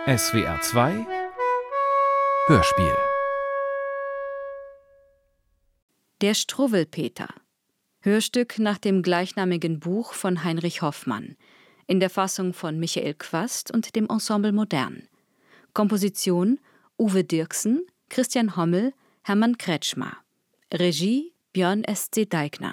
SWR 2 Hörspiel. Der Struwwelpeter. Hörstück nach dem gleichnamigen Buch von Heinrich Hoffmann. In der Fassung von Michael Quast und dem Ensemble Modern. Komposition Uwe Dirksen, Christian Hommel, Hermann Kretschmer. Regie Björn S.C. Deigner.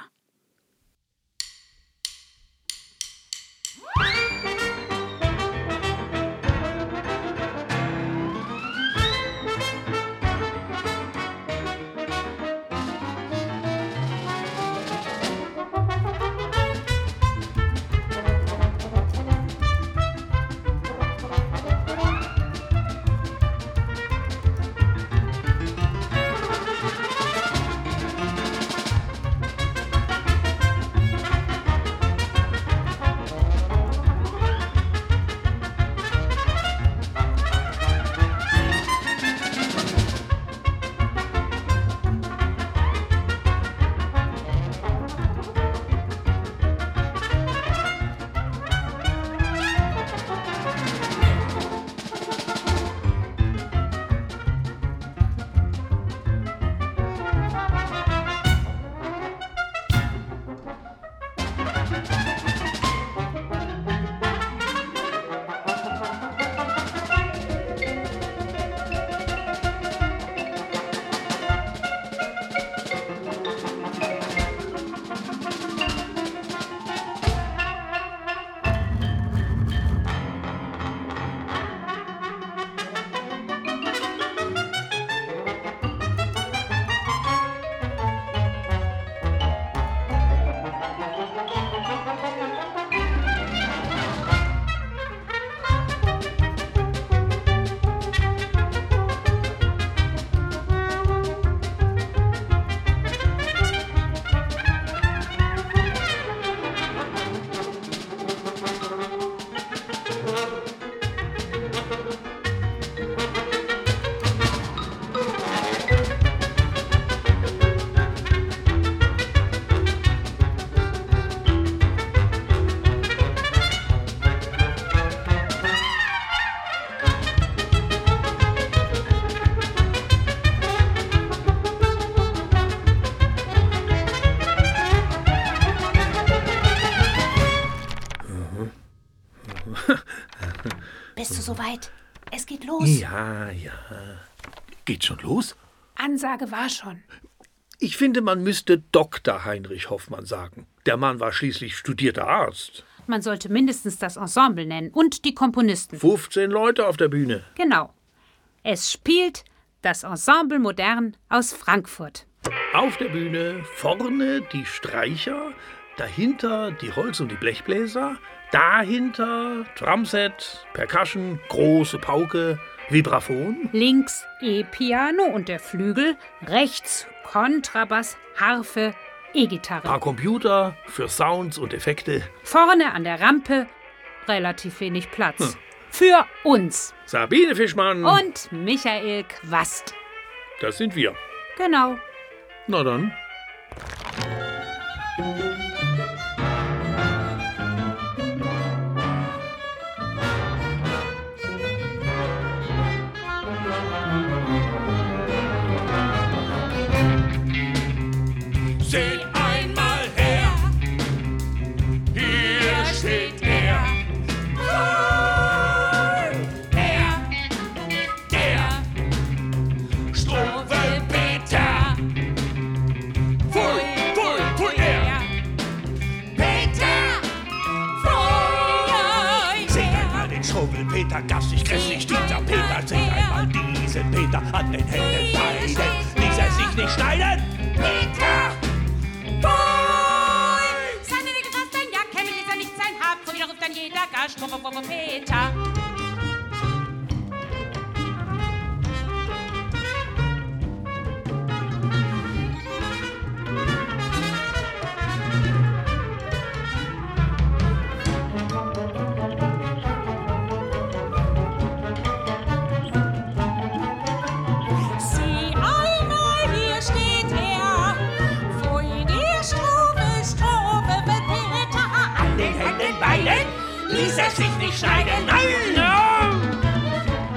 Bist du soweit? Es geht los. Ja. Geht schon los? Ansage war schon. Ich finde, man müsste Dr. Heinrich Hoffmann sagen. Der Mann war schließlich studierter Arzt. Man sollte mindestens das Ensemble nennen und die Komponisten. 15 Leute auf der Bühne. Genau. Es spielt das Ensemble Modern aus Frankfurt. Auf der Bühne vorne die Streicher, dahinter die Holz- und die Blechbläser, dahinter Drumset, Percussion, große Pauke, Vibraphon. Links E-Piano und der Flügel, rechts Kontrabass, Harfe, E-Gitarre. Paar Computer für Sounds und Effekte. Vorne an der Rampe relativ wenig Platz. Für uns. Sabine Fischmann. Und Michael Quast. Das sind wir. Genau. Na dann. Seht einmal her, hier steht er. Der Struwwelpeter. Pfui, er. Peter, pfui, seht einmal den Struwwelpeter, garstig, grässlich, dieser Peter. Seht einmal diesen Peter an den Händen beiden. Ließ er sich nicht schneiden? Peter! Seine Wege fast ein Jahr, käme ließ er nicht sein Hab, so wieder ruft dann jeder gar Struwwelpeter. Sieh einmal, hier steht er, pfui, der Struwwelpeter. An den Händen beiden ließ er sich nicht schneiden. Nein!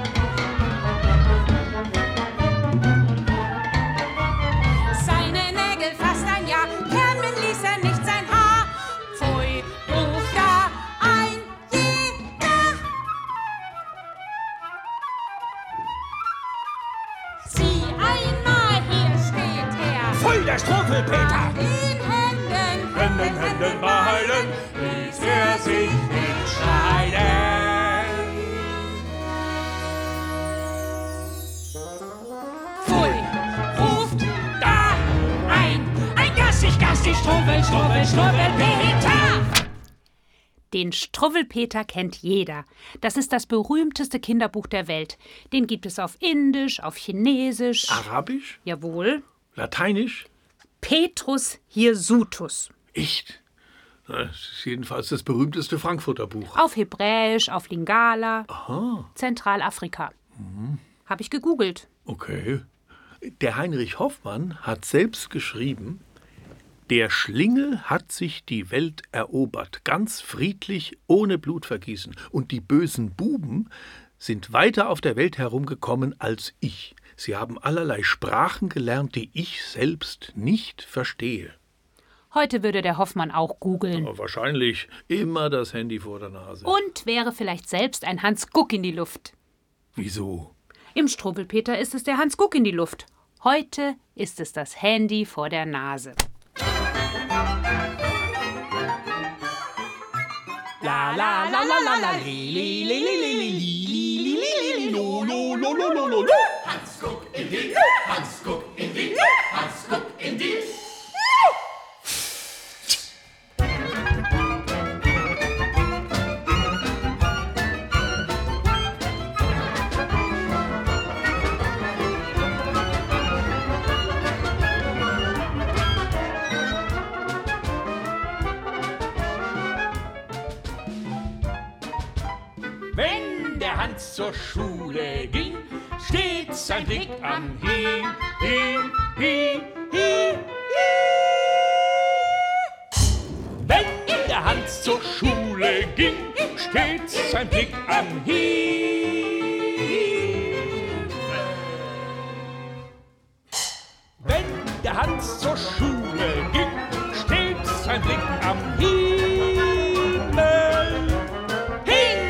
der Struwwelpeter. Händen behalten, ließ er sich nicht scheiden. Pfui, ruft da ein gassig, Struwwelpeter. Den Struwwelpeter kennt jeder. Das ist das berühmteste Kinderbuch der Welt. Den gibt es auf Indisch, auf Chinesisch. Arabisch? Jawohl. Lateinisch? Petrus Hirsutus. Echt? Das ist jedenfalls das berühmteste Frankfurter Buch. Auf Hebräisch, auf Lingala. Aha. Zentralafrika. Habe ich gegoogelt. Okay. Der Heinrich Hoffmann hat selbst geschrieben, der Schlingel hat sich die Welt erobert, ganz friedlich, ohne Blutvergießen. Und die bösen Buben sind weiter auf der Welt herumgekommen als ich. Sie haben allerlei Sprachen gelernt, die ich selbst nicht verstehe. Heute würde der Hoffmann auch googeln. Aber wahrscheinlich immer das Handy vor der Nase. Und wäre vielleicht selbst ein Hans Guck in die Luft. Wieso? Im Struwwelpeter ist es der Hans Guck in die Luft. Heute ist es das Handy vor der Nase. La la la la la la li li li li li li li li li lo lo lo lo lo lo. Hans Guck in die, Hans Guck in die, Hans Guck in die. Wenn der Hans zur Schule ging, stets sein Blick am Hi, Hi, Hi, Hi, Hi. Wenn der Hans zur Schule ging, stets sein Blick am Hi. Wenn der Hans zur Schule ging, stets sein Blick am Himmel hing.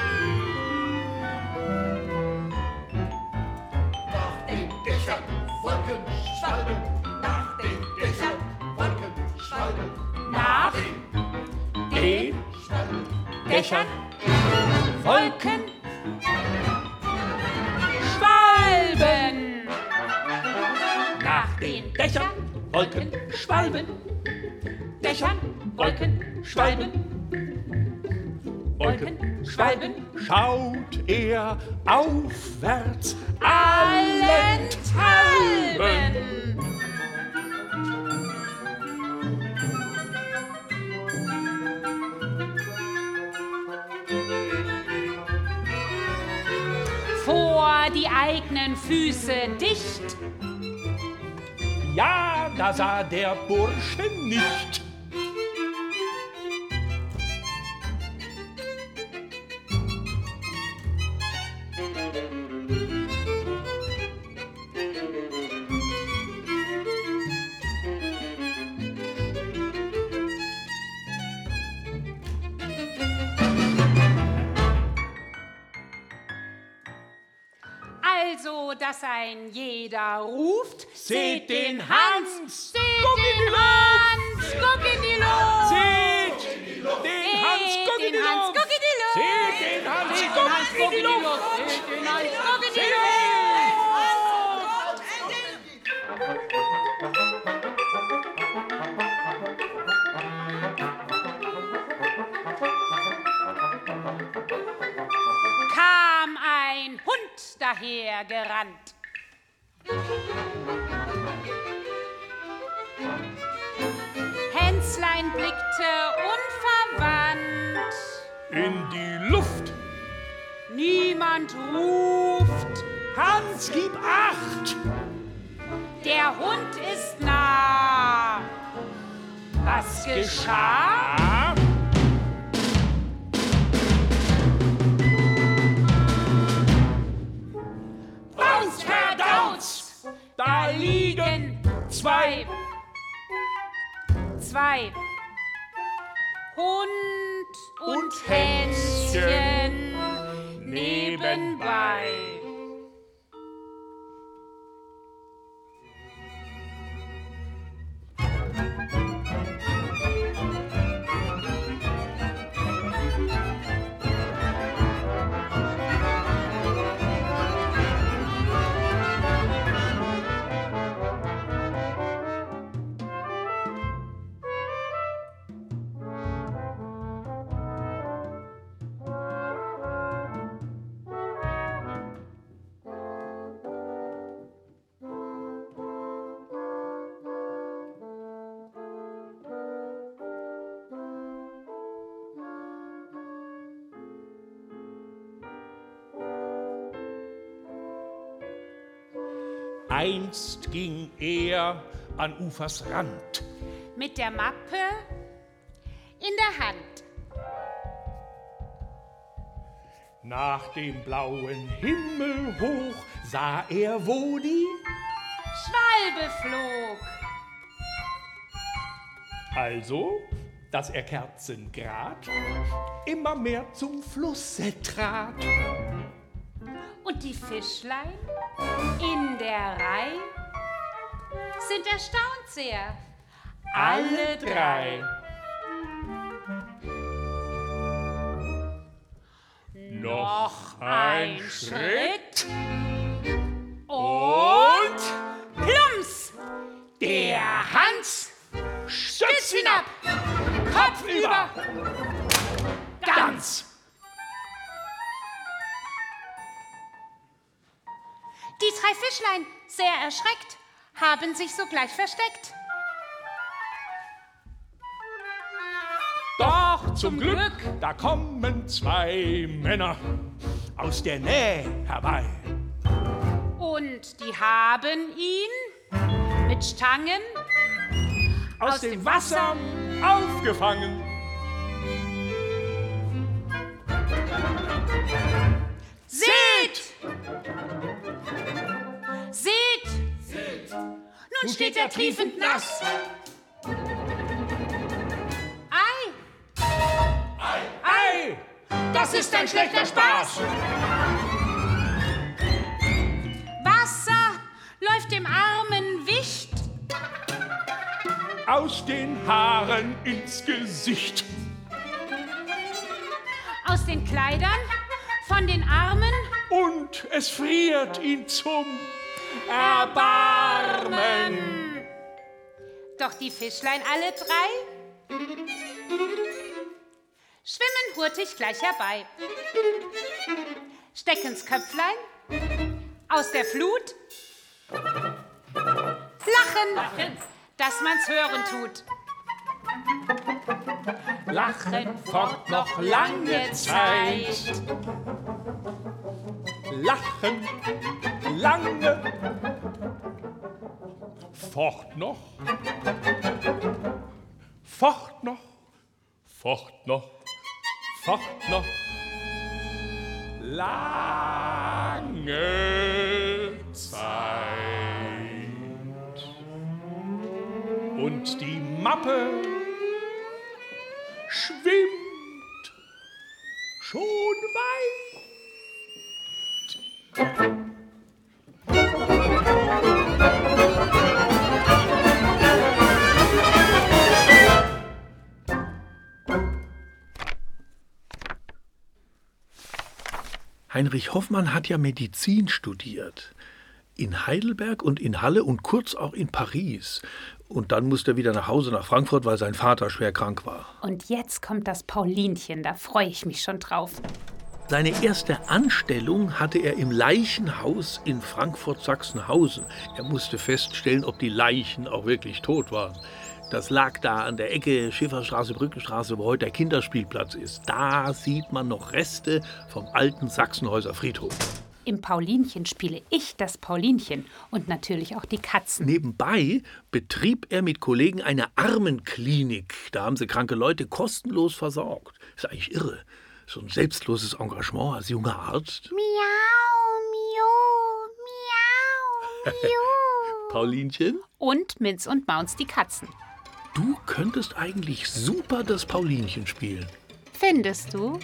Nach den Dächern Wolkenschwalben, nach den Dächern Wolkenschwalben, Nach Den Dächern Wolken Schwalben. nach den Dächern Wolken Schwalben, Dächern Wolken Schwalben. Wolken Schwalben. schaut er aufwärts Allenthalben. Vor die eigenen Füße dicht. Ja, da sah der Bursche nicht. Also, dass ein jeder ruft, Seht den Hans, seht den Hans, guck in die Luft. Seht den Hans, guck in die Luft. Guck in die Luft. Seht den Hans, guck in die Luft. Seht den Hans, guck in die Luft. Kam ein Hund daher gerannt. Hännslein blickte unverwandt. In die Luft. Niemand ruft, Hans, gib Acht. der Hund ist nah. Was geschah? Ah, Bounce, verdaunz! da liegen zwei. Zwei Hund und Und Hänschen nebenbei. Einst ging er an Ufers Rand. Mit der Mappe in der Hand. Nach dem blauen Himmel hoch sah er, wo die Schwalbe flog. Also, dass er kerzengrad immer mehr zum Flusse trat. Und die Fischlein in der Reih sind erstaunt sehr. Alle drei. Noch ein Schritt und plumps! der Hans stürzt hinab, Kopf über, ganz. Die drei Fischlein, sehr erschreckt, haben sich sogleich versteckt. Doch zum Glück, da kommen zwei Männer aus der Nähe herbei. Und die haben ihn mit Stangen Aus dem Wasser aufgefangen. Seht! Seht! Nun steht er triefend nass. Ei, das ist ein schlechter Spaß. Wasser läuft dem armen Wicht Aus den Haaren ins Gesicht. aus den Kleidern von den Armen. Und es friert ihn zum Erbarmen. Doch die Fischlein alle drei schwimmen hurtig gleich herbei, stecken's Köpflein aus der Flut, lachen, dass man's hören tut. Lachen fort noch lange Zeit. Lachen lange fort noch, fort noch, fort noch, fort noch, lange Zeit. Und die Mappe schwimmt schon weit. Heinrich Hoffmann hat ja Medizin studiert. In Heidelberg und in Halle und kurz auch in Paris. Und dann musste er wieder nach Hause nach Frankfurt, weil sein Vater schwer krank war. Und jetzt kommt das Paulinchen, da freue ich mich schon drauf. Seine erste Anstellung hatte er im Leichenhaus in Frankfurt-Sachsenhausen. Er musste feststellen, ob die Leichen auch wirklich tot waren. Das lag da an der Ecke Schifferstraße, Brückenstraße, wo heute der Kinderspielplatz ist. Da sieht man noch Reste vom alten Sachsenhäuser Friedhof. Im Paulinchen spiele ich das Paulinchen und natürlich auch die Katzen. Nebenbei betrieb er mit Kollegen eine Armenklinik. Da haben sie kranke Leute kostenlos versorgt. Ist eigentlich irre. So ein selbstloses Engagement als junger Arzt. Miau, miau, miau, miau. Paulinchen? Und Minz und Maunz, die Katzen. Du könntest eigentlich super das Paulinchen spielen. Findest du?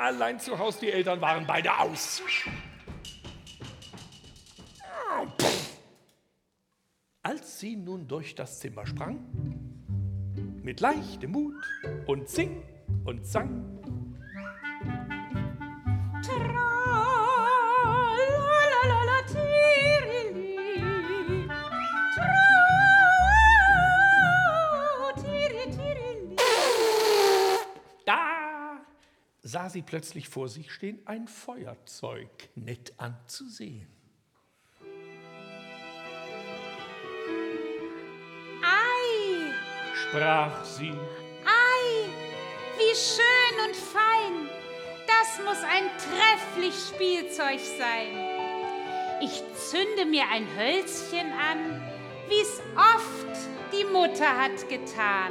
allein zu Hause, die Eltern waren beide aus. Als sie nun durch das Zimmer sprang, mit leichtem Mut und sing und sang, da sah sie plötzlich vor sich stehen ein Feuerzeug, nett anzusehen. Ei, Sprach sie, ei, wie schön und fein. Das muss ein trefflich Spielzeug sein. Ich zünde mir ein Hölzchen an, wie's oft die Mutter hat getan.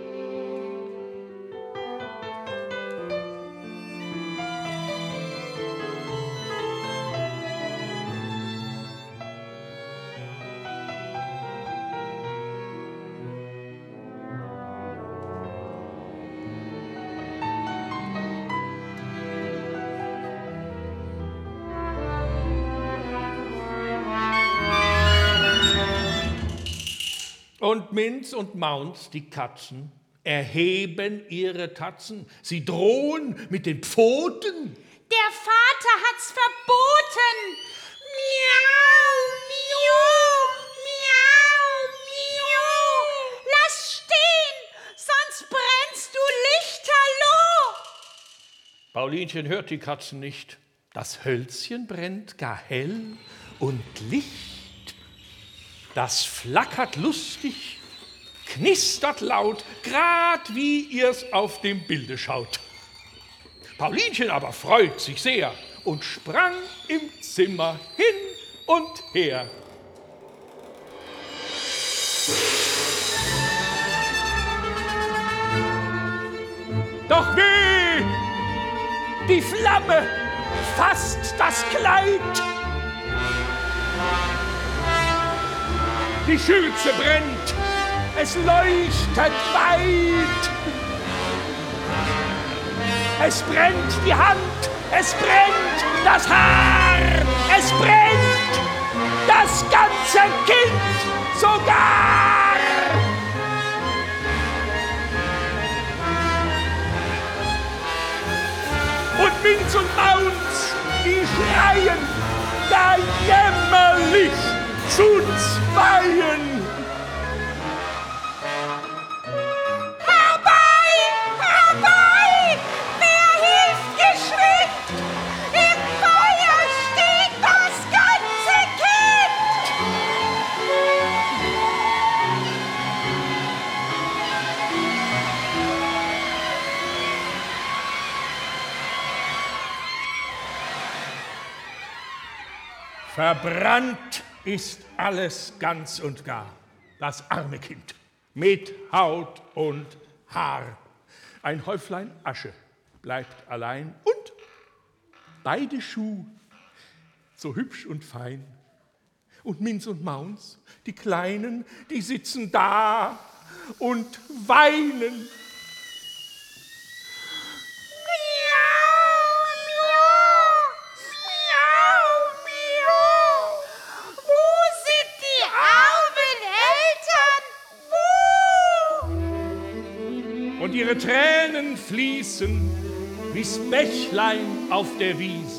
Und Minz und Maunz, die Katzen, erheben ihre Tatzen. Sie drohen mit den Pfoten. Der Vater hat's verboten. Miau, miau, miau, miau. Lass stehen, sonst brennst du lichterloh. Paulinchen hört die Katzen nicht. Das Hölzchen brennt gar hell und Licht. Das flackert lustig, knistert laut, grad wie ihr's auf dem Bilde schaut. Paulinchen aber freut sich sehr und sprang im Zimmer hin und her. Doch weh, die Flamme fasst das Kleid. Die Schürze brennt, es leuchtet weit. Es brennt die Hand, es brennt das Haar, es brennt das ganze Kind sogar. Und Minz und Maunz, die schreien da jämmerlich zu zweien. Herbei, herbei, wer hilft geschwind? Im Feuer steht das ganze Kind. Verbrannt ist alles ganz und gar, das arme Kind, mit Haut und Haar. Ein Häuflein Asche bleibt allein und beide Schuh, so hübsch und fein. Und Minz und Maunz, die Kleinen, die sitzen da und weinen. Und ihre Tränen fließen wie's Bächlein auf der Wiese.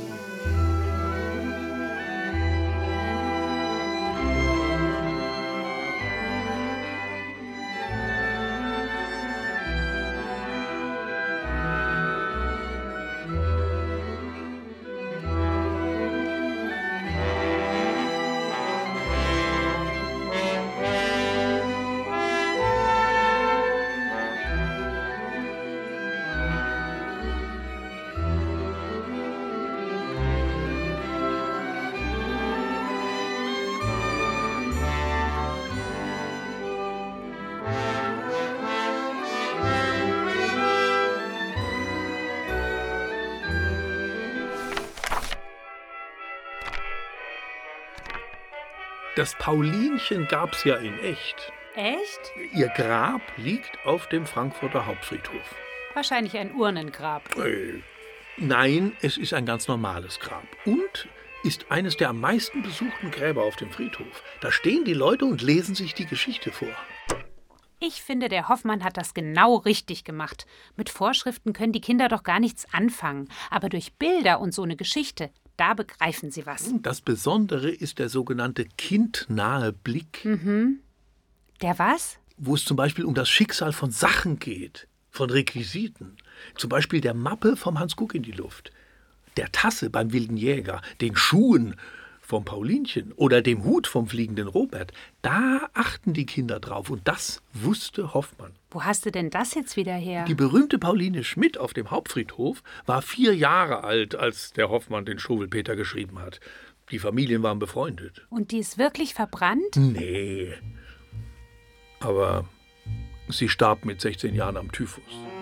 Das Paulinchen gab's ja in echt. Echt? Ihr Grab liegt auf dem Frankfurter Hauptfriedhof. Wahrscheinlich ein Urnengrab. Nein, es ist ein ganz normales Grab. Und ist eines der am meisten besuchten Gräber auf dem Friedhof. Da stehen die Leute und lesen sich die Geschichte vor. Ich finde, der Hoffmann hat das genau richtig gemacht. Mit Vorschriften können die Kinder doch gar nichts anfangen. Aber durch Bilder und so eine Geschichte, da begreifen sie was. Das Besondere ist der sogenannte kindnahe Blick. Der was? Wo es zum Beispiel um das Schicksal von Sachen geht, von Requisiten. Zum Beispiel der Mappe vom Hans Guck in die Luft, der Tasse beim wilden Jäger, den Schuhen vom Paulinchen oder dem Hut vom fliegenden Robert. Da achten die Kinder drauf und das wusste Hoffmann. Wo hast du denn das jetzt wieder her? Die berühmte Pauline Schmidt auf dem Hauptfriedhof war 4 Jahre alt, als der Hoffmann den Struwwelpeter geschrieben hat. Die Familien waren befreundet. Und die ist wirklich verbrannt? Nee. Aber sie starb mit 16 Jahren am Typhus.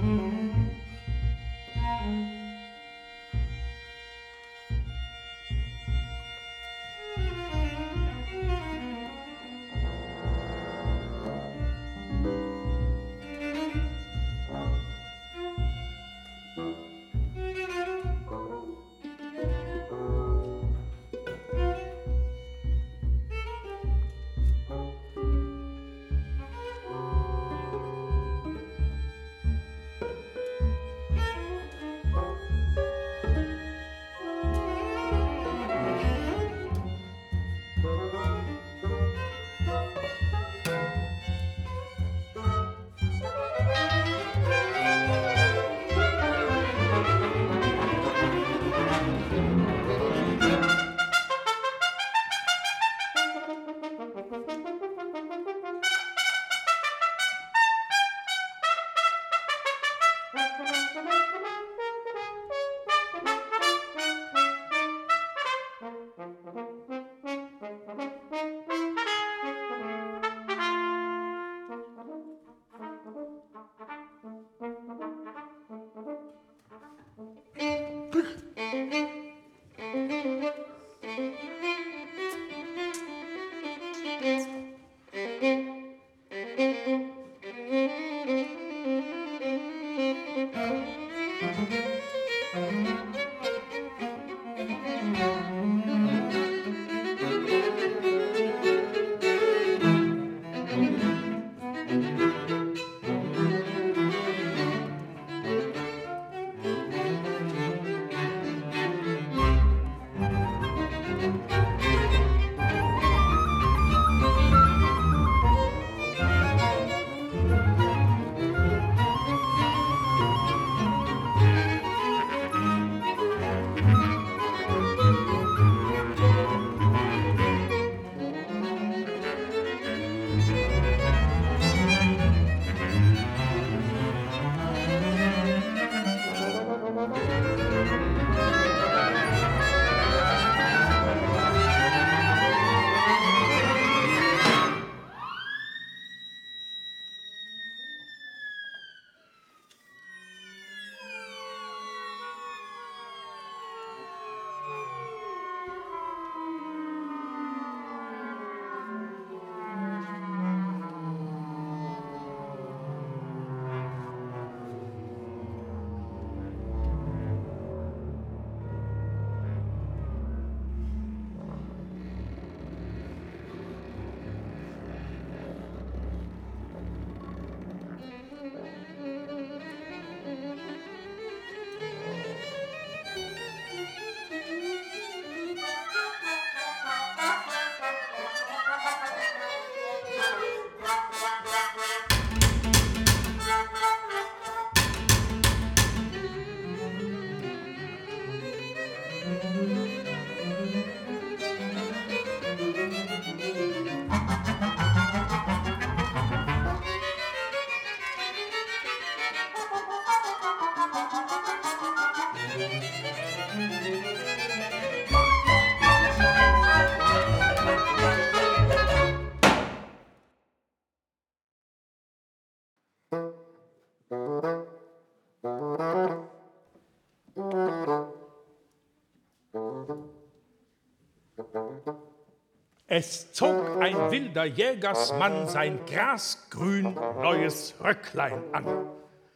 Es zog ein wilder Jägersmann sein grasgrün neues Röcklein an.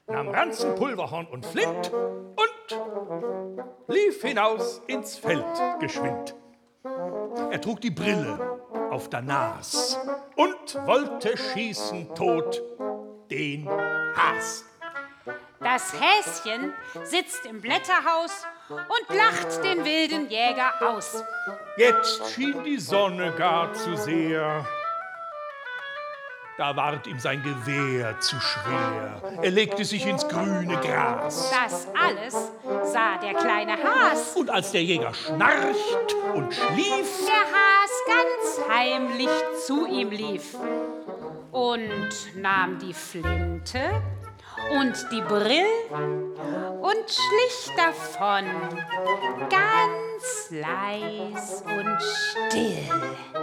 nahm Ranzen, Pulverhorn und Flint und lief hinaus ins Feld geschwind. Er trug die Brille auf der Nas und wollte schießen tot den Has. Das Häschen sitzt im Blätterhaus und lacht den wilden Jäger aus. Jetzt schien die Sonne gar zu sehr. Da ward ihm sein Gewehr zu schwer. Er legte sich ins grüne Gras. Das alles sah der kleine Has. Und als der Jäger schnarcht und schlief, Der Has ganz heimlich zu ihm lief und nahm die Flinte und die Brill und schlich davon, ganz leis und still.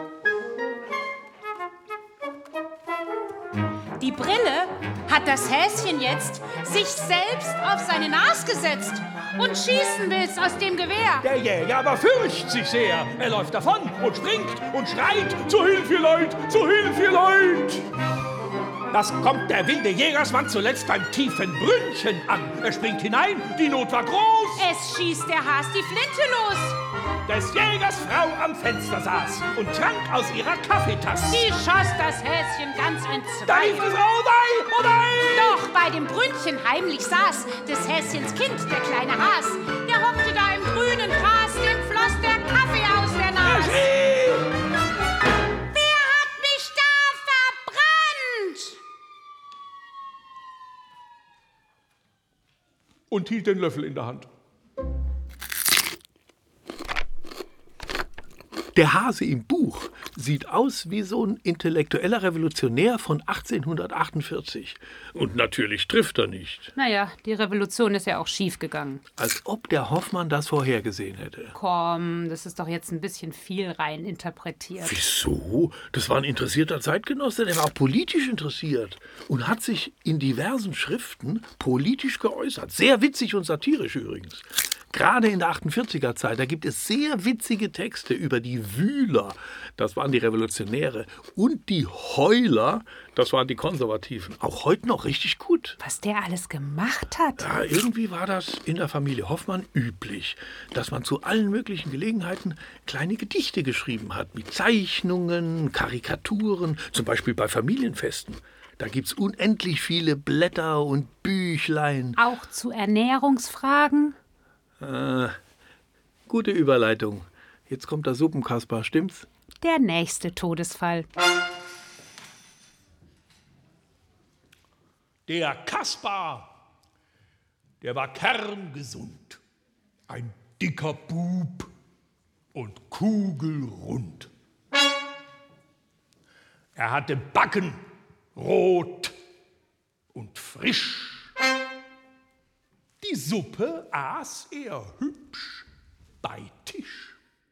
Die Brille hat das Häschen jetzt sich selbst auf seine Nas gesetzt und schießen will's aus dem Gewehr. der Jäger aber fürcht sich sehr. Er läuft davon und springt und schreit: Zu Hilfe, Leut, zu Hilfe, Leut! Das kommt der wilde Jägersmann zuletzt beim tiefen Brünnchen an. Er springt hinein, die Not war groß. Es schießt der Has die Flinte los. Des Jägers Frau am Fenster saß und trank aus ihrer Kaffeetasse. Die schoss das Häschen ganz Da entzwei. rief die Frau: Wei, oh wei! Doch bei dem Brünnchen heimlich saß des Häschens Kind, der kleine Has. Der hockte da im grünen Gras, dem floss der Kaffee aus der Er Nase. schrie. Wer hat mich da verbrannt? Und hielt den Löffel in der Hand. Der Hase im Buch sieht aus wie so ein intellektueller Revolutionär von 1848. Und natürlich trifft er nicht. Naja, die Revolution ist ja auch schief gegangen. Als ob der Hoffmann das vorhergesehen hätte. Komm, das ist doch jetzt ein bisschen viel rein interpretiert. Wieso? Das war ein interessierter Zeitgenosse, der war auch politisch interessiert und hat sich in diversen Schriften politisch geäußert. Sehr witzig und satirisch übrigens. Gerade in der 48er Zeit, da gibt es sehr witzige Texte über die Wühler, das waren die Revolutionäre, und die Heuler, das waren die Konservativen. Auch heute noch richtig gut. Was der alles gemacht hat. Ja, irgendwie war das in der Familie Hoffmann üblich, dass man zu allen möglichen Gelegenheiten kleine Gedichte geschrieben hat, mit Zeichnungen, Karikaturen, zum Beispiel bei Familienfesten. Da gibt es unendlich viele Blätter und Büchlein. Auch zu Ernährungsfragen? Gute Überleitung. Jetzt kommt der Suppenkasper, stimmt's? Der nächste Todesfall. Der Kaspar, der war kerngesund. Ein dicker Bub und kugelrund. Er hatte Backen rot und frisch. Die Suppe aß er hübsch bei Tisch.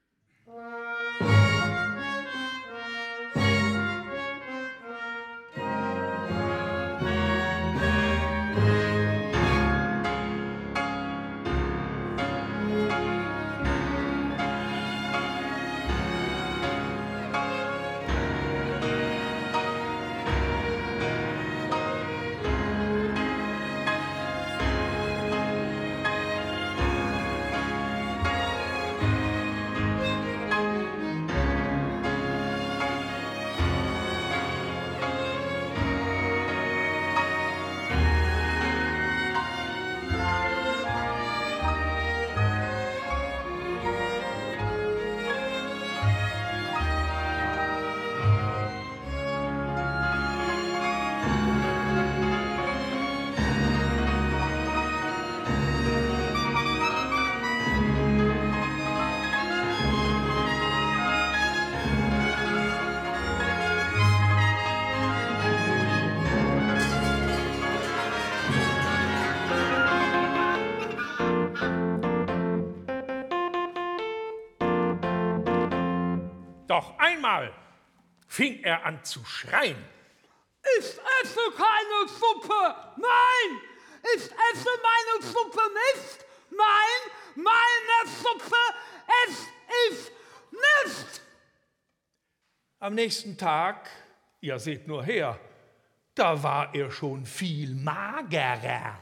Doch einmal fing er an zu schreien. Ich esse keine Suppe! Nein! Ich esse meine Suppe nicht! Nein! Meine Suppe esse ich nicht! Am nächsten Tag, ihr seht nur her, da war er schon viel magerer.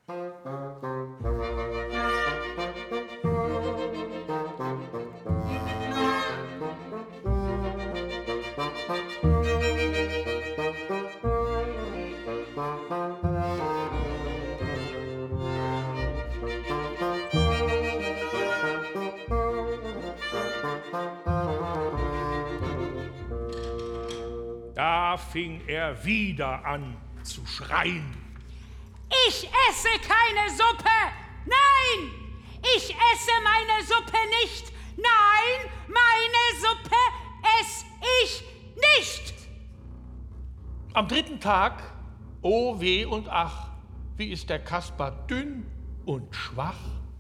Da fing er wieder an zu schreien. Ich esse keine Suppe! Nein! Ich esse meine Suppe nicht! Nein! Meine Suppe esse ich nicht! Am 3. Tag, oh weh und ach, wie ist der Kasper dünn und schwach.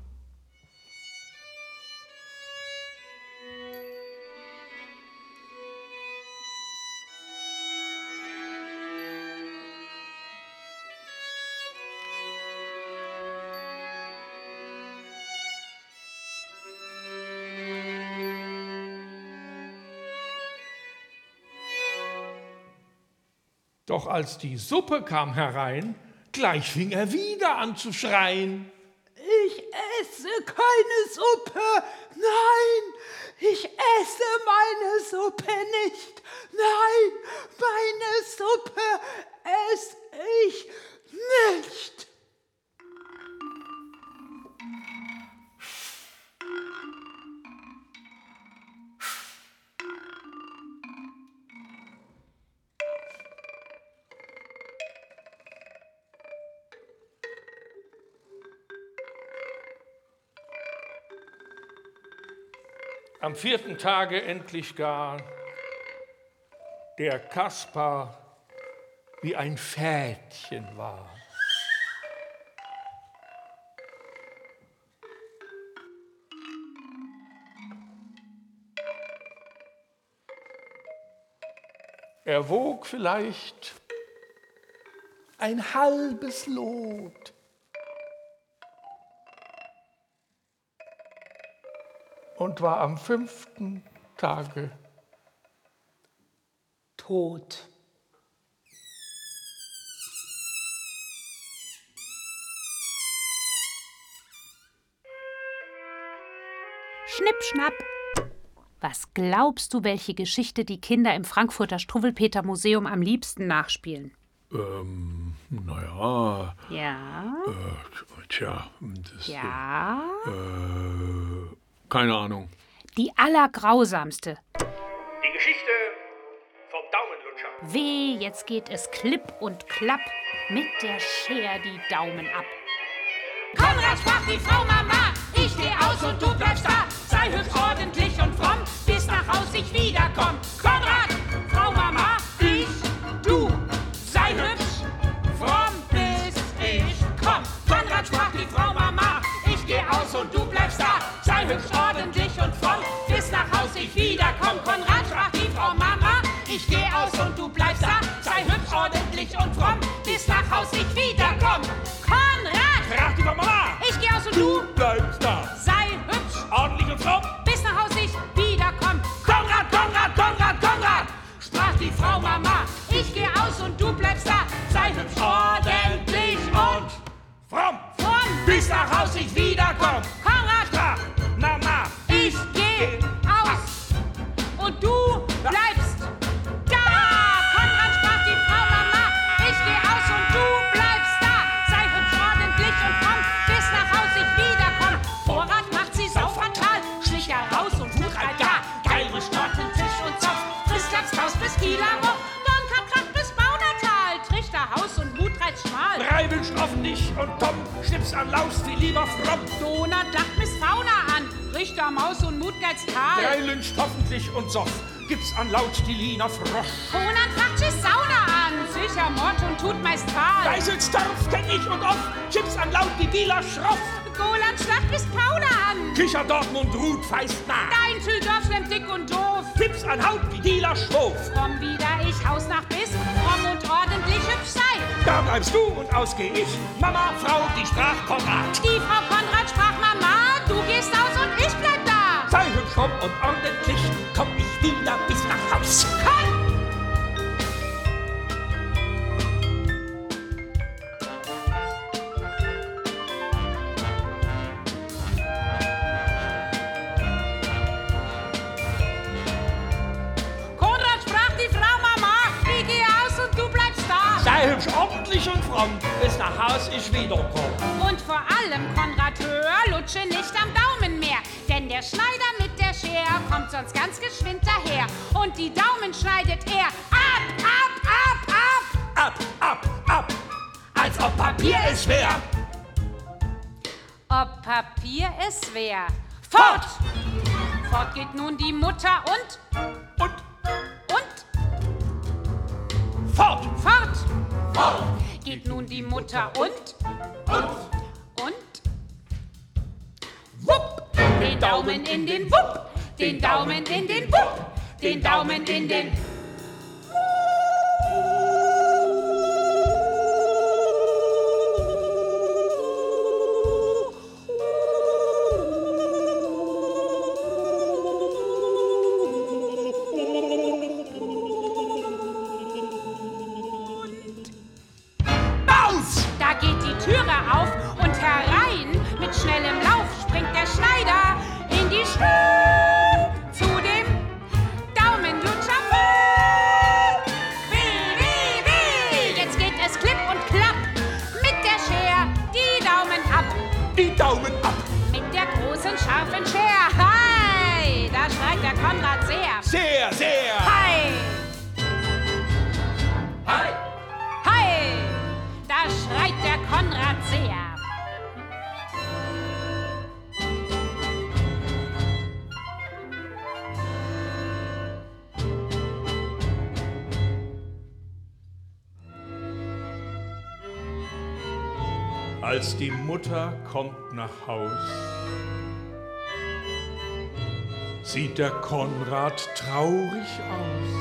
Doch als die Suppe kam herein, gleich fing er wieder an zu schreien. Ich esse keine Suppe. Nein, ich esse meine Suppe nicht. Nein, meine Suppe esse ich nicht. Am 4. Tage endlich gar der Kasper wie ein Fädchen war. Er wog vielleicht ein halbes Lot. Und war am 5. Tage tot. Schnipp, schnapp. Was glaubst du, welche Geschichte die Kinder im Frankfurter Struwwelpeter-Museum am liebsten nachspielen? Naja. Ja? Tja, das... Ja? Keine Ahnung. Die allergrausamste. Die Geschichte vom Daumenlutscher. Weh, jetzt geht es klipp und klapp mit der Schere die Daumen ab. Konrad sprach die Frau Mama, ich geh aus und du bleibst da. Sei hübsch, ordentlich und fromm, bis nach Haus ich wiederkomm. Konrad, Frau Mama, ich, du, sei hübsch, fromm, bis ich komm. Konrad sprach die Frau Mama, ich geh aus und du bleibst da. Sei hübsch, ordentlich und fromm, bis nach Haus ich wiederkomm. Konrad sprach die Frau Mama, ich geh aus und du bleibst da. Sei hübsch, ordentlich und fromm, bis nach Haus ich wiederkomm. Konrad, Sprach die Mama, ich geh aus und du bleibst da. sei hübsch, Ordentlich und fromm. bis nach Haus ich wiederkomm. Konrad, Konrad, Konrad, Konrad, sprach die Frau Mama, ich geh aus und du bleibst da. Sei hübsch, ordentlich und Fromm. fromm, Bis nach Haus ich wiederkomm. Konrad, Sprach Mama, ich geh aus und du bleibst da. Konrad sprach die Frau Mama, ich geh aus und du bleibst da. Sei hübsch, ordentlich und fromm, bis nach Haus ich wiederkomm. Vorrat macht sie saufatal, schlich heraus und wut halt gar. Geirisch Torten, Tisch und Zopf, Frisslachshaus bis Kieler Moch, Dornkampfkraft bis Baunatal, Trichterhaus und Mutreiz schmal. Drei wünscht offentlich und Tom, Schnips an Laus, wie lieber fromm. Donat lacht Miss Fauna an, Richter Maus und Mutgeiz Tal. Drei lünscht hoffentlich und Soff, gibt's an Laut die Lina Frosch. Conan fragt Schiss Sauna an, sicher Mord und tut meist Tal. Geiselsdorf kenn ich und oft, Chips an Laut die Dealer schroff. Golan schlacht Miss Paula an, Kicher Dortmund ruht feist nah. dein Tüldorf schlemmt dick und doof. Chips an Haut wie Dealer schwof. Fromm wieder ich, Haus nach Biss, fromm und ordentlich hübsch sei. Da bleibst du und aus geh ich. Mama, Frau, die sprach Konrad. Die Frau Konrad sprach Mama, du gehst aus und ich bleib da. Sei hübsch, fromm und ordentlich, komm ich wieder bis nach Haus. Komm! sei hübsch, ordentlich und fromm, bis nach Haus ich wiederkomm. Und vor allem, Konrad, hör, lutsche nicht am Daumen mehr. Denn der Schneider mit der Schere kommt sonst ganz geschwind daher. Und die Daumen schneidet er ab, ab, ab, ab. Ab, ab, ab, als ob Papier es wär. Ob Papier es wär. Fort! Fort geht nun die Mutter und fort! Fort! Fort! Geht nun die Mutter und wupp! Den Daumen in den Wupp! Den Daumen in den Wupp! Den Daumen in den... Da geht die Türe auf und herein mit schnellem Lauf springt der Schneider in die Stube zu dem Daumenlutscher. Weh, weh, weh! Jetzt geht es klipp und klapp mit der Schere die Daumen ab. Die Daumen ab! Mit der großen scharfen Schere. Hei! Da schreit der Konrad sehr. Sehr, sehr! Hei! Hei! Hei! Da schreit der Konrad sehr. Als die Mutter kommt nach Haus, sieht der Konrad traurig aus.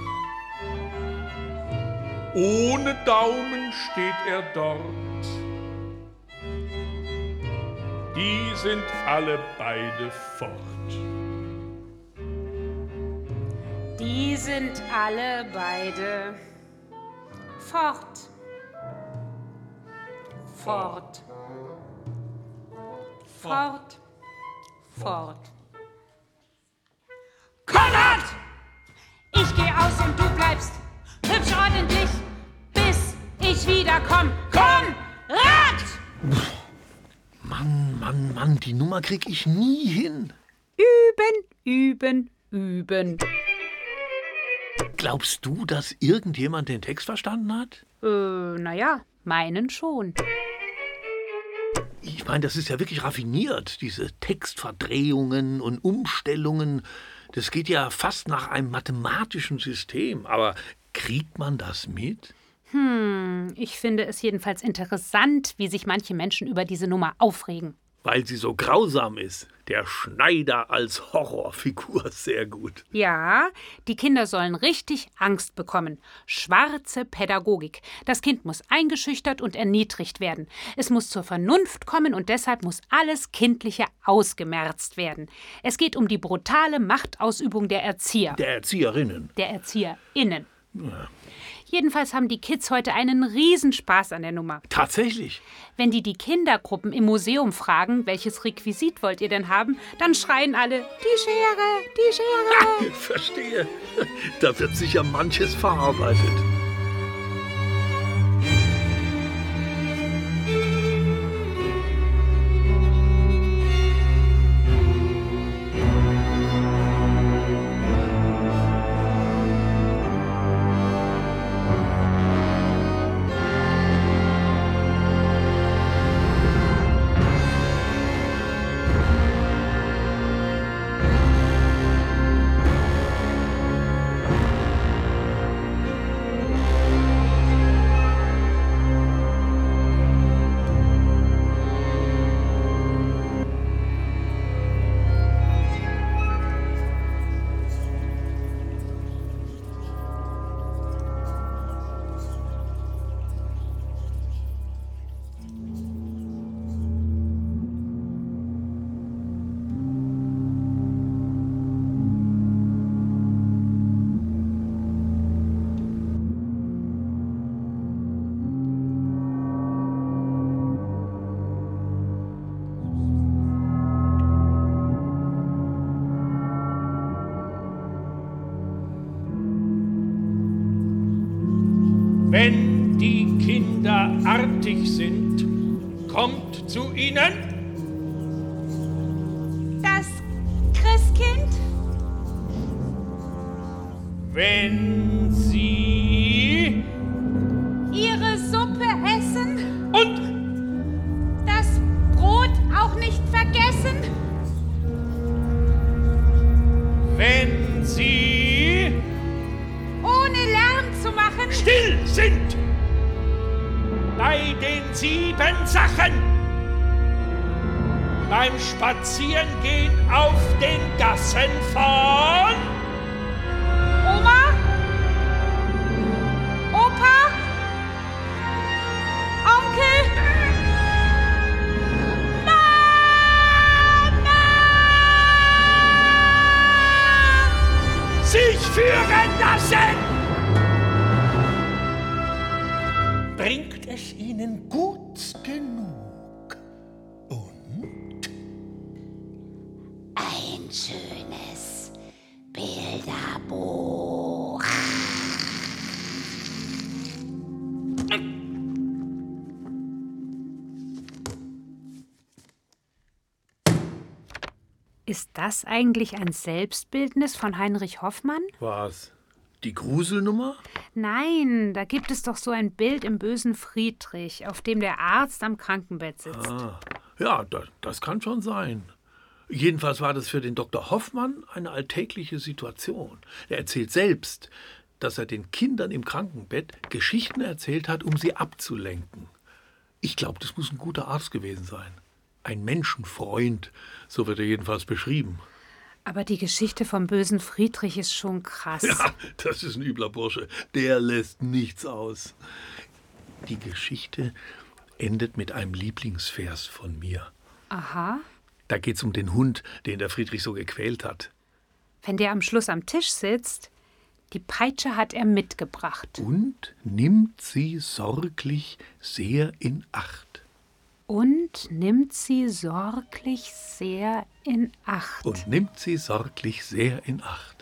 Ohne Daumen steht er dort. Die sind alle beide fort. Die sind alle beide fort. Fort. Fort. Fort. Konrad! Ich geh aus und du bleibst hübsch ordentlich, bis ich wiederkomm. Konrad! Mann, die Nummer krieg ich nie hin. Üben. Glaubst du, dass irgendjemand den Text verstanden hat? Naja, meinen schon. Ich meine, das ist ja wirklich raffiniert, diese Textverdrehungen und Umstellungen. Das geht ja fast nach einem mathematischen System. Aber kriegt man das mit? Ich finde es jedenfalls interessant, wie sich manche Menschen über diese Nummer aufregen. Weil sie so grausam ist. Der Schneider als Horrorfigur, sehr gut. Ja, die Kinder sollen richtig Angst bekommen. Schwarze Pädagogik. Das Kind muss eingeschüchtert und erniedrigt werden. Es muss zur Vernunft kommen und deshalb muss alles Kindliche ausgemerzt werden. Es geht um die brutale Machtausübung der Erzieher. Der Erzieherinnen. Der ErzieherInnen. Ja. Jedenfalls haben die Kids heute einen Riesenspaß an der Nummer. Tatsächlich. Wenn die Kindergruppen im Museum fragen, welches Requisit wollt ihr denn haben, dann schreien alle, die Schere, die Schere. Verstehe. Da wird sicher manches verarbeitet. Wenn Wenn die Kinder artig sind, kommt zu ihnen Das Christkind? wenn sie Ihre Suppe essen? und Das Brot auch nicht vergessen? wenn sie Ohne Lärm zu machen? still sind bei den 7 Sachen, beim Spazierengehen auf den Gassen von Oma? Opa? Onkel? sich führen lassen. Bringt es ihnen gut genug? Und? Ein schönes Bilderbuch. Ist das eigentlich ein Selbstbildnis von Heinrich Hoffmann? Was? Die Gruselnummer? Nein, da gibt es doch so ein Bild im Bösen Friedrich, auf dem der Arzt am Krankenbett sitzt. Ja, das kann schon sein. Jedenfalls war das für den Dr. Hoffmann eine alltägliche Situation. Er erzählt selbst, dass er den Kindern im Krankenbett Geschichten erzählt hat, um sie abzulenken. Ich glaube, das muss ein guter Arzt gewesen sein. Ein Menschenfreund, so wird er jedenfalls beschrieben. Aber die Geschichte vom bösen Friedrich ist schon krass. Ja, das ist ein übler Bursche. Der lässt nichts aus. Die Geschichte endet mit einem Lieblingsvers von mir. Aha. Da geht's um den Hund, den der Friedrich so gequält hat. Wenn der am Schluss am Tisch sitzt, die Peitsche hat er mitgebracht. Und nimmt sie sorglich sehr in Acht. Und nimmt sie sorglich sehr in Acht. Und nimmt sie sorglich sehr in Acht.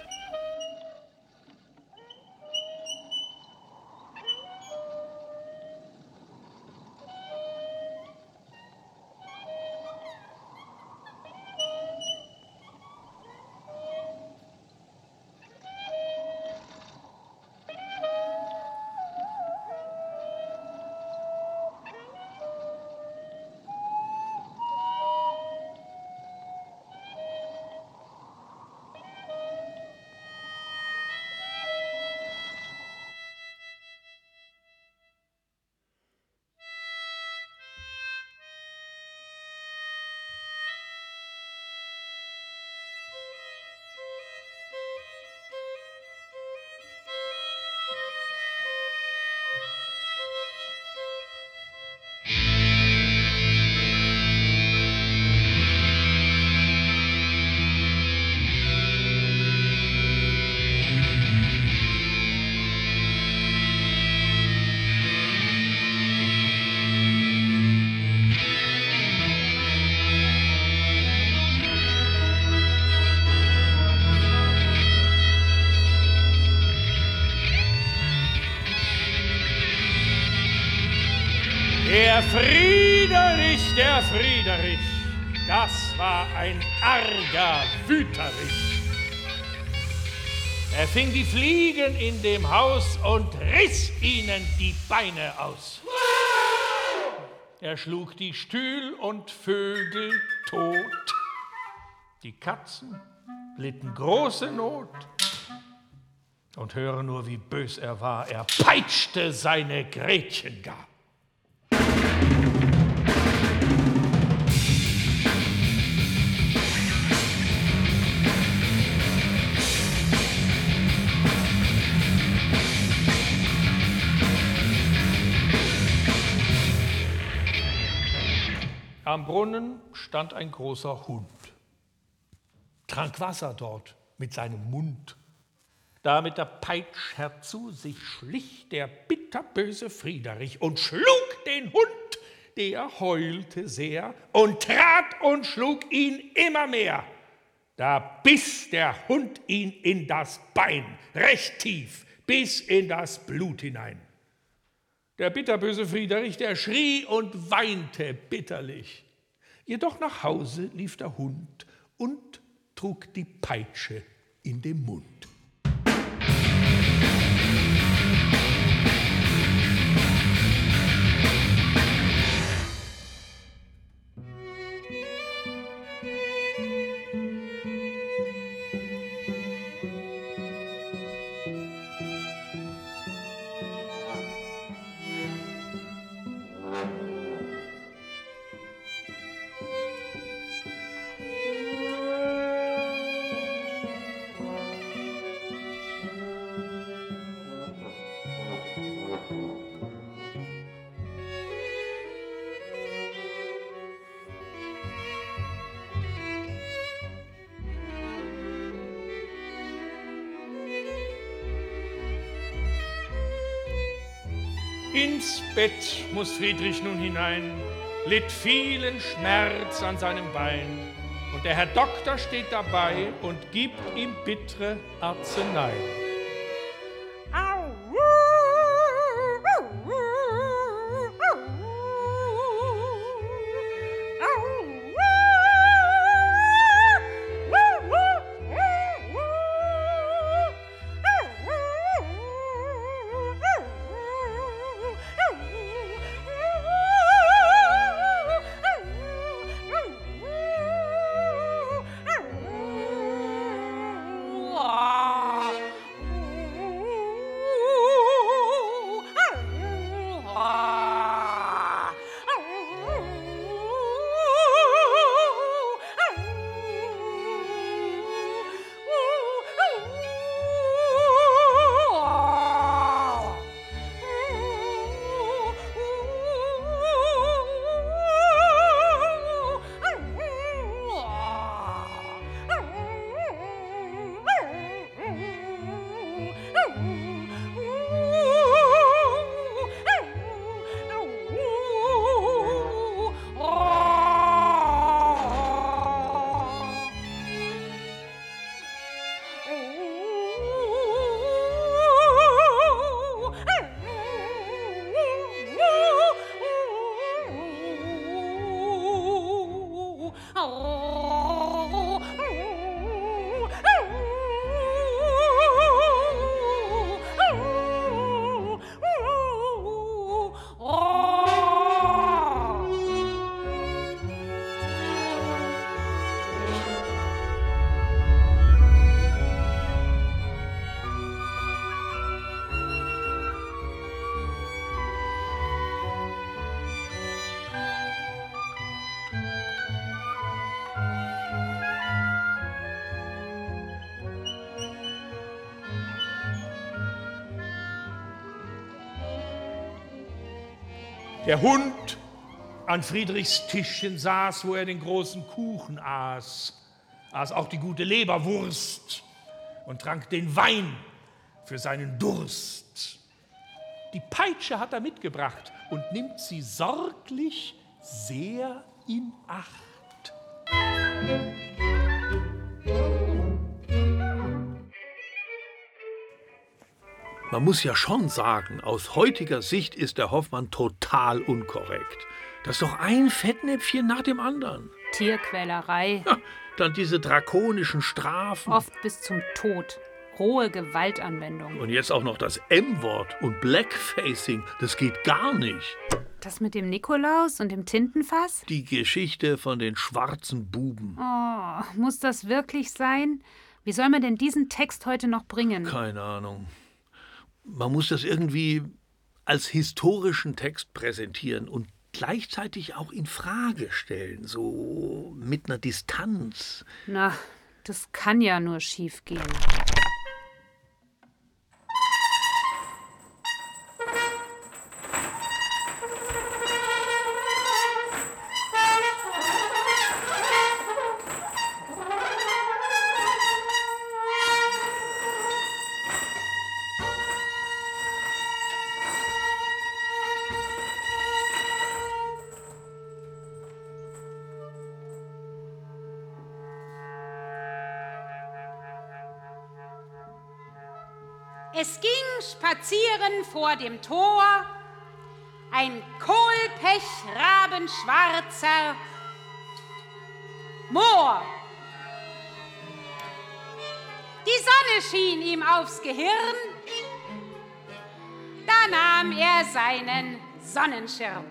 Der Friederich, das war ein arger Wüterich. Er fing die Fliegen in dem Haus und riss ihnen die Beine aus. Er schlug die Stühl und Vögel tot. Die Katzen litten große Not. Und höre nur, wie bös er war. Er peitschte seine Gretchen gar. Am Brunnen stand ein großer Hund, trank Wasser dort mit seinem Mund. Da mit der Peitsch herzu sich schlich der bitterböse Friederich und schlug den Hund, der heulte sehr und trat und schlug ihn immer mehr. Da biss der Hund ihn in das Bein, recht tief, bis in das Blut hinein. Der bitterböse Friederich, der schrie und weinte bitterlich. Jedoch nach Hause lief der Hund und trug die Peitsche in dem Mund. Ins Bett muss Friedrich nun hinein, litt vielen Schmerz an seinem Bein. Und der Herr Doktor steht dabei und gibt ihm bittere Arznei. Der Hund an Friedrichs Tischchen saß, wo er den großen Kuchen aß auch die gute Leberwurst und trank den Wein für seinen Durst. Die Peitsche hat er mitgebracht und nimmt sie sorglich sehr in Acht. Man muss ja schon sagen, aus heutiger Sicht ist der Hoffmann total unkorrekt. Das ist doch ein Fettnäpfchen nach dem anderen. Tierquälerei. Ja, dann diese drakonischen Strafen. Oft bis zum Tod. Rohe Gewaltanwendung. Und jetzt auch noch das M-Wort und Blackfacing. Das geht gar nicht. Das mit dem Nikolaus und dem Tintenfass? Die Geschichte von den schwarzen Buben. Oh, muss das wirklich sein? Wie soll man denn diesen Text heute noch bringen? Keine Ahnung. Man muss das irgendwie als historischen Text präsentieren und gleichzeitig auch in Frage stellen, so mit einer Distanz. Na, das kann ja nur schief gehen. Es ging spazieren vor dem Tor ein kohlpechrabenschwarzer Moor. Die Sonne schien ihm aufs Gehirn, da nahm er seinen Sonnenschirm.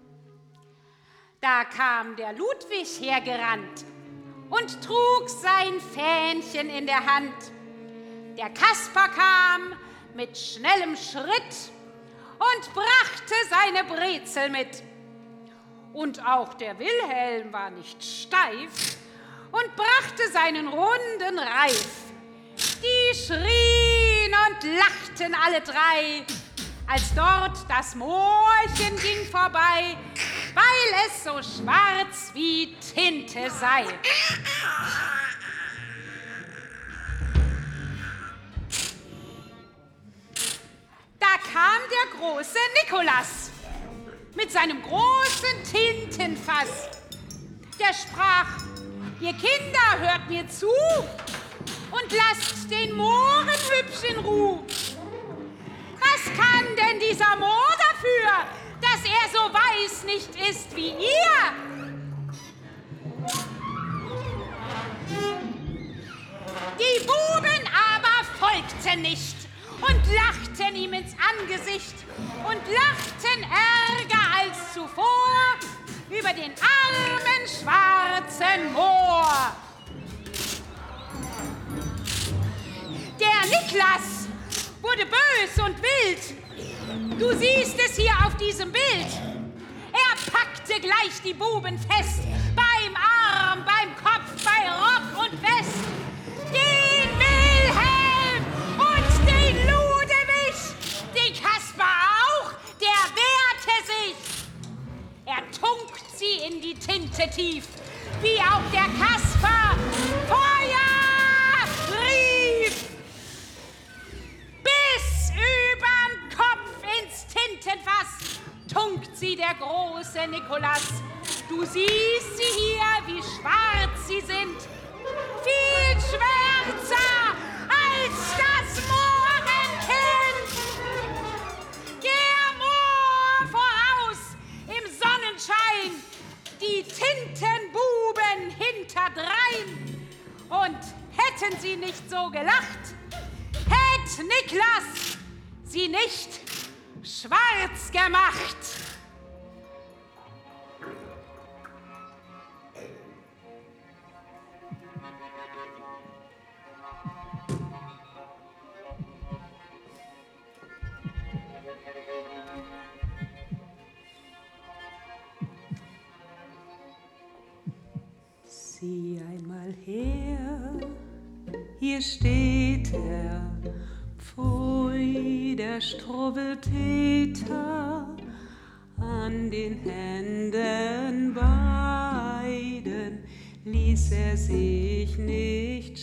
Da kam der Ludwig hergerannt und trug sein Fähnchen in der Hand. Der Kaspar kam mit schnellem Schritt und brachte seine Brezel mit. Und auch der Wilhelm war nicht steif und brachte seinen runden Reif. Die schrien und lachten alle drei, als dort das Moorchen ging vorbei, weil es so schwarz wie Tinte sei. Da kam der große Nikolas mit seinem großen Tintenfass. Der sprach: Ihr Kinder, hört mir zu und lasst den Mohren hübsch in Ruh. Was kann denn dieser Moor dafür, dass er so weiß nicht ist wie ihr? Die Buben aber folgten nicht und lachten ihm ins Angesicht und lachten ärger als zuvor über den armen schwarzen Moor. Der Niklas wurde bös und wild. Du siehst es hier auf diesem Bild. Er packte gleich die Buben fest, beim Arm, beim Kopf, bei Rock und West. Den Wilhelm und den Ludewig, den Kaspar auch, der wehrte sich. Er tunkt sie in die Tinte tief, wie auch der Kaspar Feuer rief. Bis übern Kopf ins Tintenfass tunkt sie der große Nikolas. Du siehst sie hier, wie schwarz sie sind. Viel schwärzer als das Mohrenkind. Der Moor voraus im Sonnenschein, die Tintenbuben hinterdrein. Und hätten sie nicht so gelacht, hätt Niklas sie nicht schwarz gemacht. Sieh einmal her, hier steht er, pfui, der Struwwelpeter, an den Händen beiden ließ er sich nicht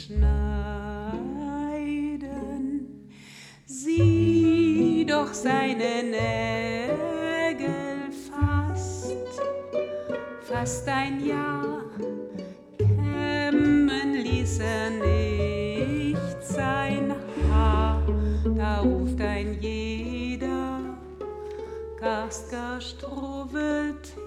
schneiden. Sieh doch seine Nägel fast ein Jahr, kämmen ließ er nicht sein Haar. Da ruft ein jeder Garstger Struwwelpeter.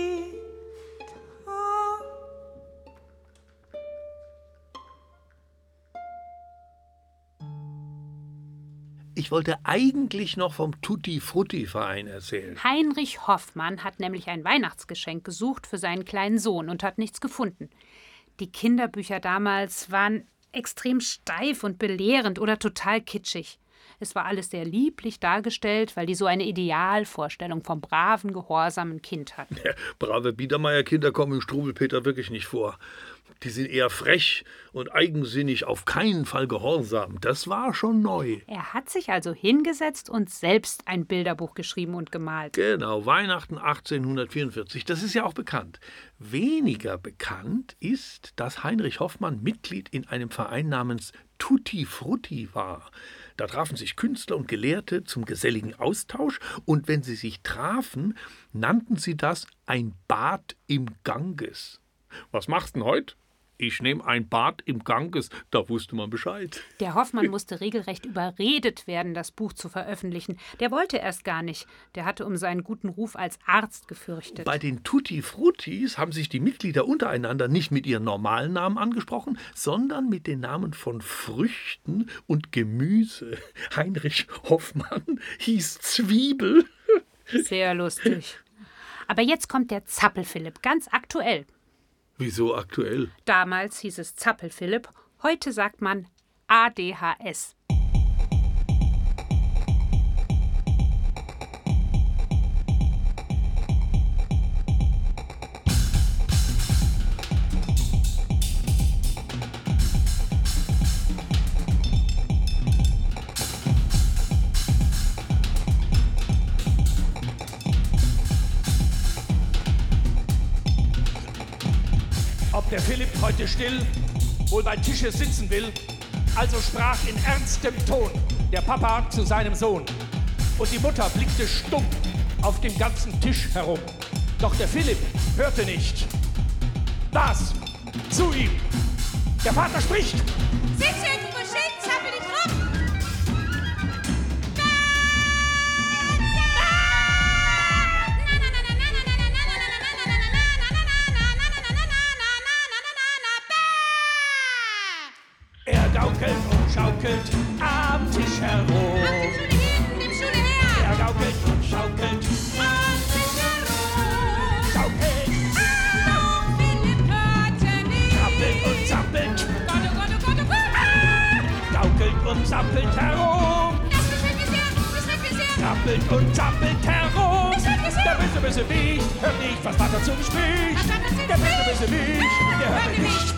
Ich wollte eigentlich noch vom Tutti-Frutti-Verein erzählen. Heinrich Hoffmann hat nämlich ein Weihnachtsgeschenk gesucht für seinen kleinen Sohn und hat nichts gefunden. Die Kinderbücher damals waren extrem steif und belehrend oder total kitschig. Es war alles sehr lieblich dargestellt, weil die so eine Idealvorstellung vom braven, gehorsamen Kind hatten. Ja, brave Biedermeier-Kinder kommen im Struwwelpeter wirklich nicht vor. Die sind eher frech und eigensinnig, auf keinen Fall gehorsam. Das war schon neu. Er hat sich also hingesetzt und selbst ein Bilderbuch geschrieben und gemalt. Genau, Weihnachten 1844. Das ist ja auch bekannt. Weniger bekannt ist, dass Heinrich Hoffmann Mitglied in einem Verein namens Tutti Frutti war. Da trafen sich Künstler und Gelehrte zum geselligen Austausch und wenn sie sich trafen, nannten sie das ein Bad im Ganges. Was machst du denn heute? Ich nehme ein Bad im Ganges. Da wusste man Bescheid. Der Hoffmann musste regelrecht überredet werden, das Buch zu veröffentlichen. Der wollte erst gar nicht. Der hatte um seinen guten Ruf als Arzt gefürchtet. Bei den Tutti Fruttis haben sich die Mitglieder untereinander nicht mit ihren normalen Namen angesprochen, sondern mit den Namen von Früchten und Gemüse. Heinrich Hoffmann hieß Zwiebel. Sehr lustig. Aber jetzt kommt der Zappel-Philipp, ganz aktuell. Wieso aktuell? Damals hieß es Zappel-Philipp, heute sagt man ADHS. Ob der Philipp heute still wohl bei Tische sitzen will, also sprach in ernstem Ton der Papa zu seinem Sohn. Und die Mutter blickte stumm auf dem ganzen Tisch herum. Doch der Philipp hörte nicht. Das zu ihm. Der Vater spricht. Sitz irgendwo schön, zappel dich rum. Er gaukelt und schaukelt am Tisch herum. Nimm Schule her. Er gaukelt und schaukelt, Am Tisch herum. schaukelt, Doch Philipp hörte nicht. krabbelt und zappelt, Gott, oh Gott, oh Gott, oh Gott. gaukelt und zappelt herum. Das gefällt mir sehr, das gefällt mir sehr. Krabbelt und zappelt herum. Das wird gesehen. Der böse Wicht hört nicht, was Vater zu ihm spricht. Was Vater zu ihm Der spricht. böse Wicht, der hört ihn nicht.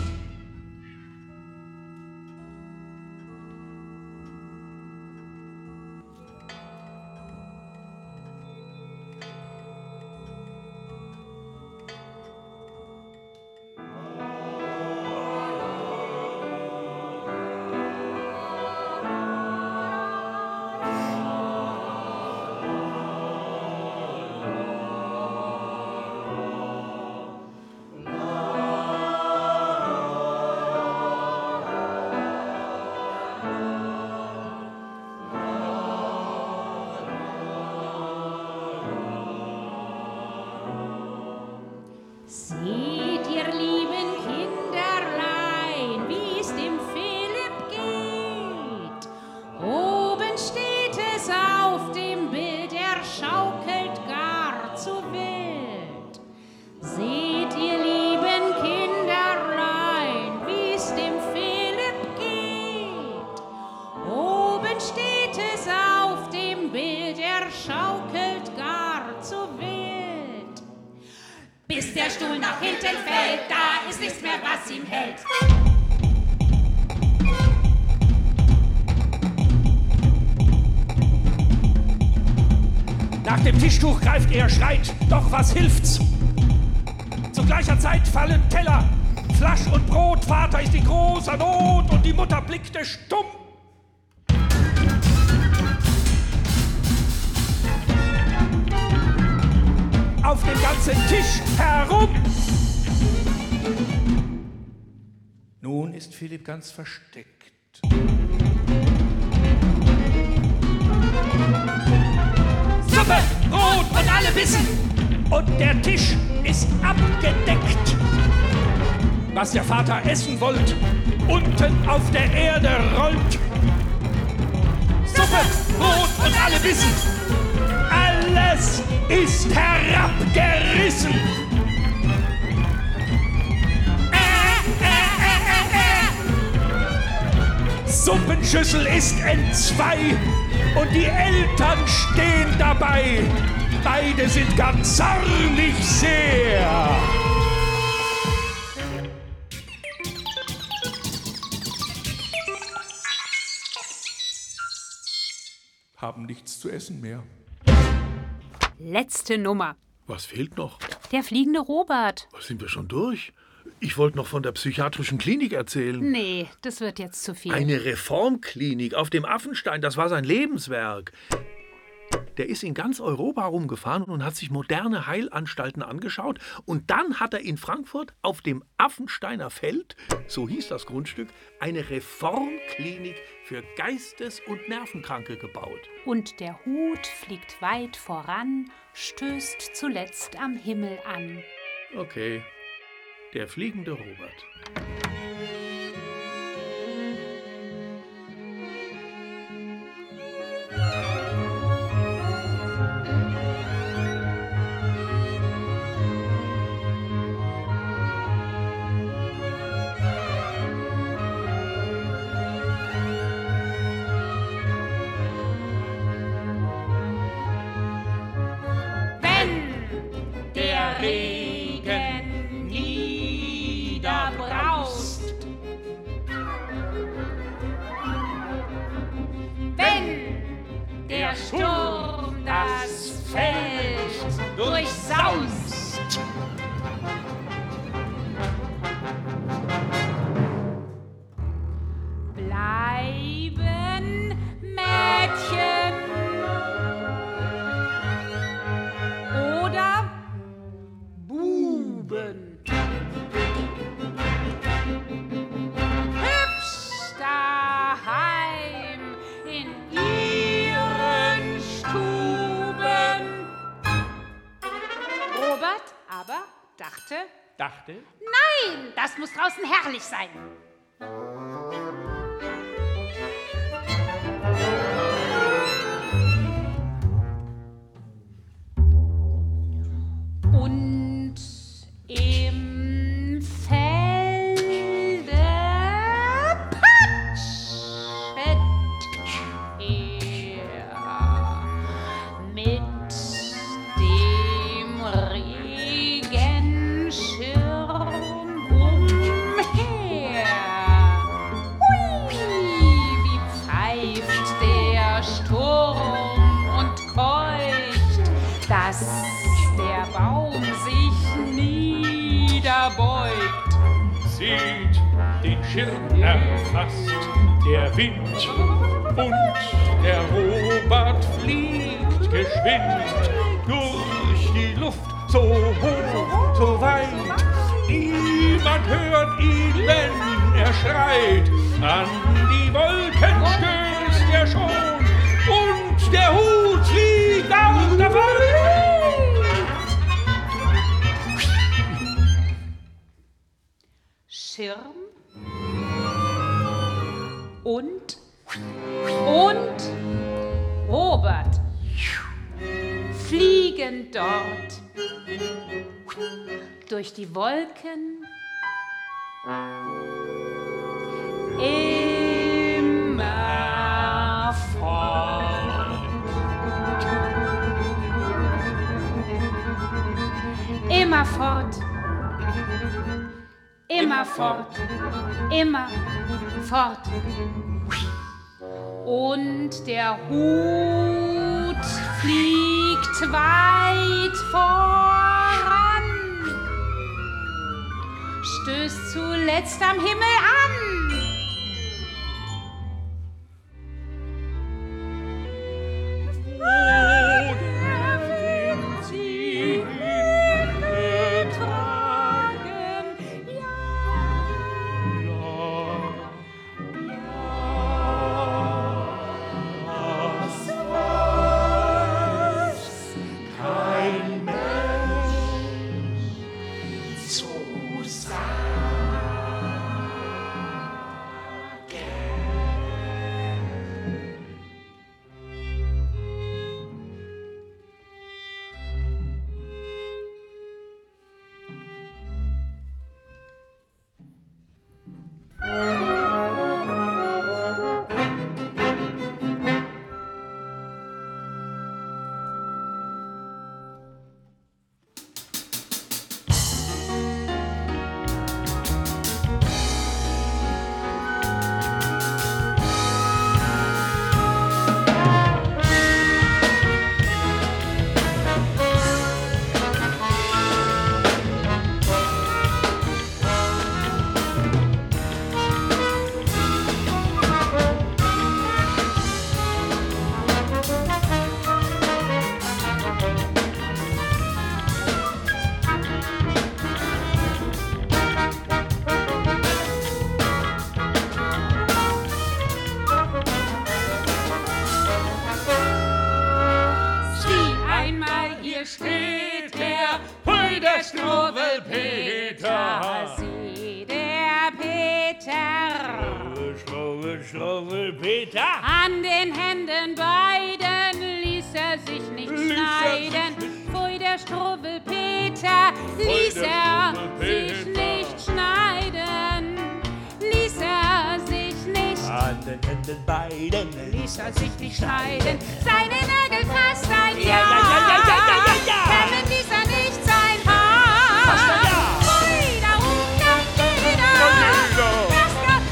Seht ihr lieben Kinderlein, wie es dem Philipp geht. Oben steht es auf dem Bild, er schaukelt gar zu wild. Seht ihr lieben Kinderlein, wie es dem Philipp geht. Oben steht es auf dem Bild, er schaukelt gar zu wild. Bis der Stuhl nach hinten fällt, da ist nichts mehr, was ihn hält. Nach dem Tischtuch greift er, schreit, doch was hilft's? Zu gleicher Zeit fallen Teller, Flasch und Brot. Vater ist in großer Not und die Mutter blickte stumm. Auf dem ganzen Tisch herum. Nun ist Philipp ganz versteckt. Suppe, Brot und alle wissen. Und der Tisch ist abgedeckt. Was der Vater essen wollt, unten auf der Erde rollt. Suppe, Brot und alle wissen. Alles ist herabgerissen. Suppenschüssel ist entzwei und die Eltern stehen dabei. Beide sind ganz zornig sehr. Haben nichts zu essen mehr. Letzte Nummer. Was fehlt noch? Der fliegende Robert. Was, sind wir schon durch? Ich wollte noch von der psychiatrischen Klinik erzählen. Nee, das wird jetzt zu viel. Eine Reformklinik auf dem Affenstein, das war sein Lebenswerk. der ist in ganz Europa rumgefahren und hat sich moderne Heilanstalten angeschaut. Und dann hat er in Frankfurt auf dem Affensteiner Feld, so hieß das Grundstück, eine Reformklinik für Geistes- und Nervenkranke gebaut. Und der Hut fliegt weit voran, stößt zuletzt am Himmel an. Okay, der fliegende Robert. Regen niederbraust. Wenn der Sturm das Feld durchsaust. Bleiben Mädchen oder Buben. Hübsch daheim in ihren Stuben. Robert aber dachte, nein, das muss draußen herrlich sein. Und im Felde patschet er mit dem Regenschirm umher. Hui, wie pfeift der Sturm und keucht, dass der Baum sich niederbeugt. Sieht den Schirm erfasst der Wind und der Robert fliegt geschwind durch die Luft, so hoch, so weit. Niemand hört ihn, wenn er schreit. An die Wolken stößt er schon und der Hut fliegt auch davon. Schirm und Robert fliegen dort durch die Wolken immer fort. Immer fort. Immer fort, immer fort. Und der Hut fliegt weit voran, stößt zuletzt am Himmel an. steht er, hui, der Struwwelpeter. Sieh, der Peter. Struwwelpeter. An den Händen beiden ließ er sich nicht schneiden. Pfui, der Struwwelpeter ließ er sich nicht schneiden. Ließ er sich nicht. An den Händen beiden Ließ er sich nicht schneiden. Seine Nägel fast ein Jahr. Ja. Kämmen ließ er nicht sein Haar. Fast ein Jahr. Pfui, da dann jeder. Das Gott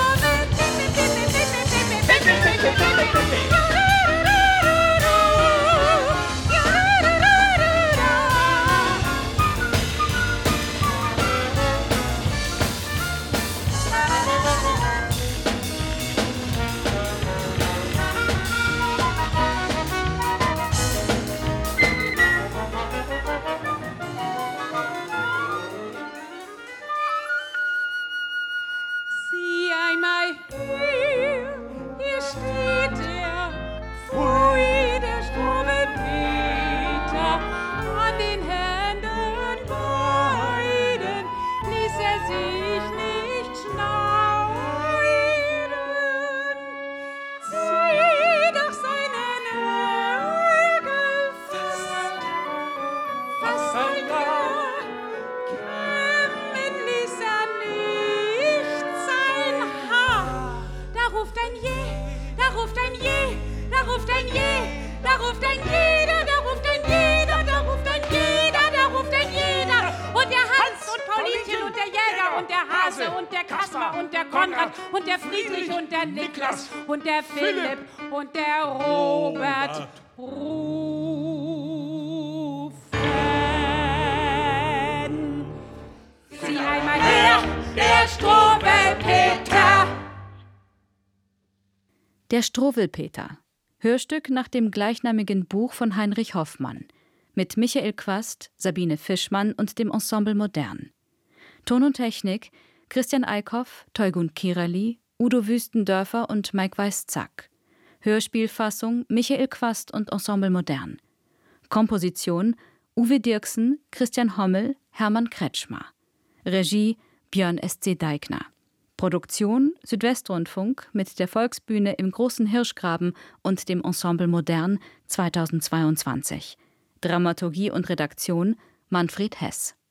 Sieh einmal hier steht er, pfui, der Struwwelpeter. An den Händen beiden ließ er sich nicht schneiden. Sieh doch seine Nägel fast ein Jahr. Kämmen ließ er nicht sein Haar. Da ruft ein Je, da ruft ein Je, da ruft ein Je, da ruft ein Jeder, da ruft ein Jeder, da ruft ein Jeder, da ruft ein Jeder. Und der Hans und Paulinchen und der Jäger und der Hase und der Kaspar und der Konrad und der Friedrich und der Niklas und der Philipp und der Robert rufen. Sieh einmal her, der Struwwelpeter. Der Struwwelpeter. Hörstück nach dem gleichnamigen Buch von Heinrich Hoffmann. Mit Michael Quast, Sabine Fischmann und dem Ensemble Modern. Ton und Technik Christian Eickhoff, Teugun Kirali, Udo Wüstendörfer und Mike Weiß-Zack. Hörspielfassung Michael Quast und Ensemble Modern. Komposition Uwe Dirksen, Christian Hommel, Hermann Kretschmer. Regie Björn S.C. Deigner. Produktion Südwestrundfunk mit der Volksbühne im Großen Hirschgraben und dem Ensemble Modern 2022. Dramaturgie und Redaktion Manfred Hess.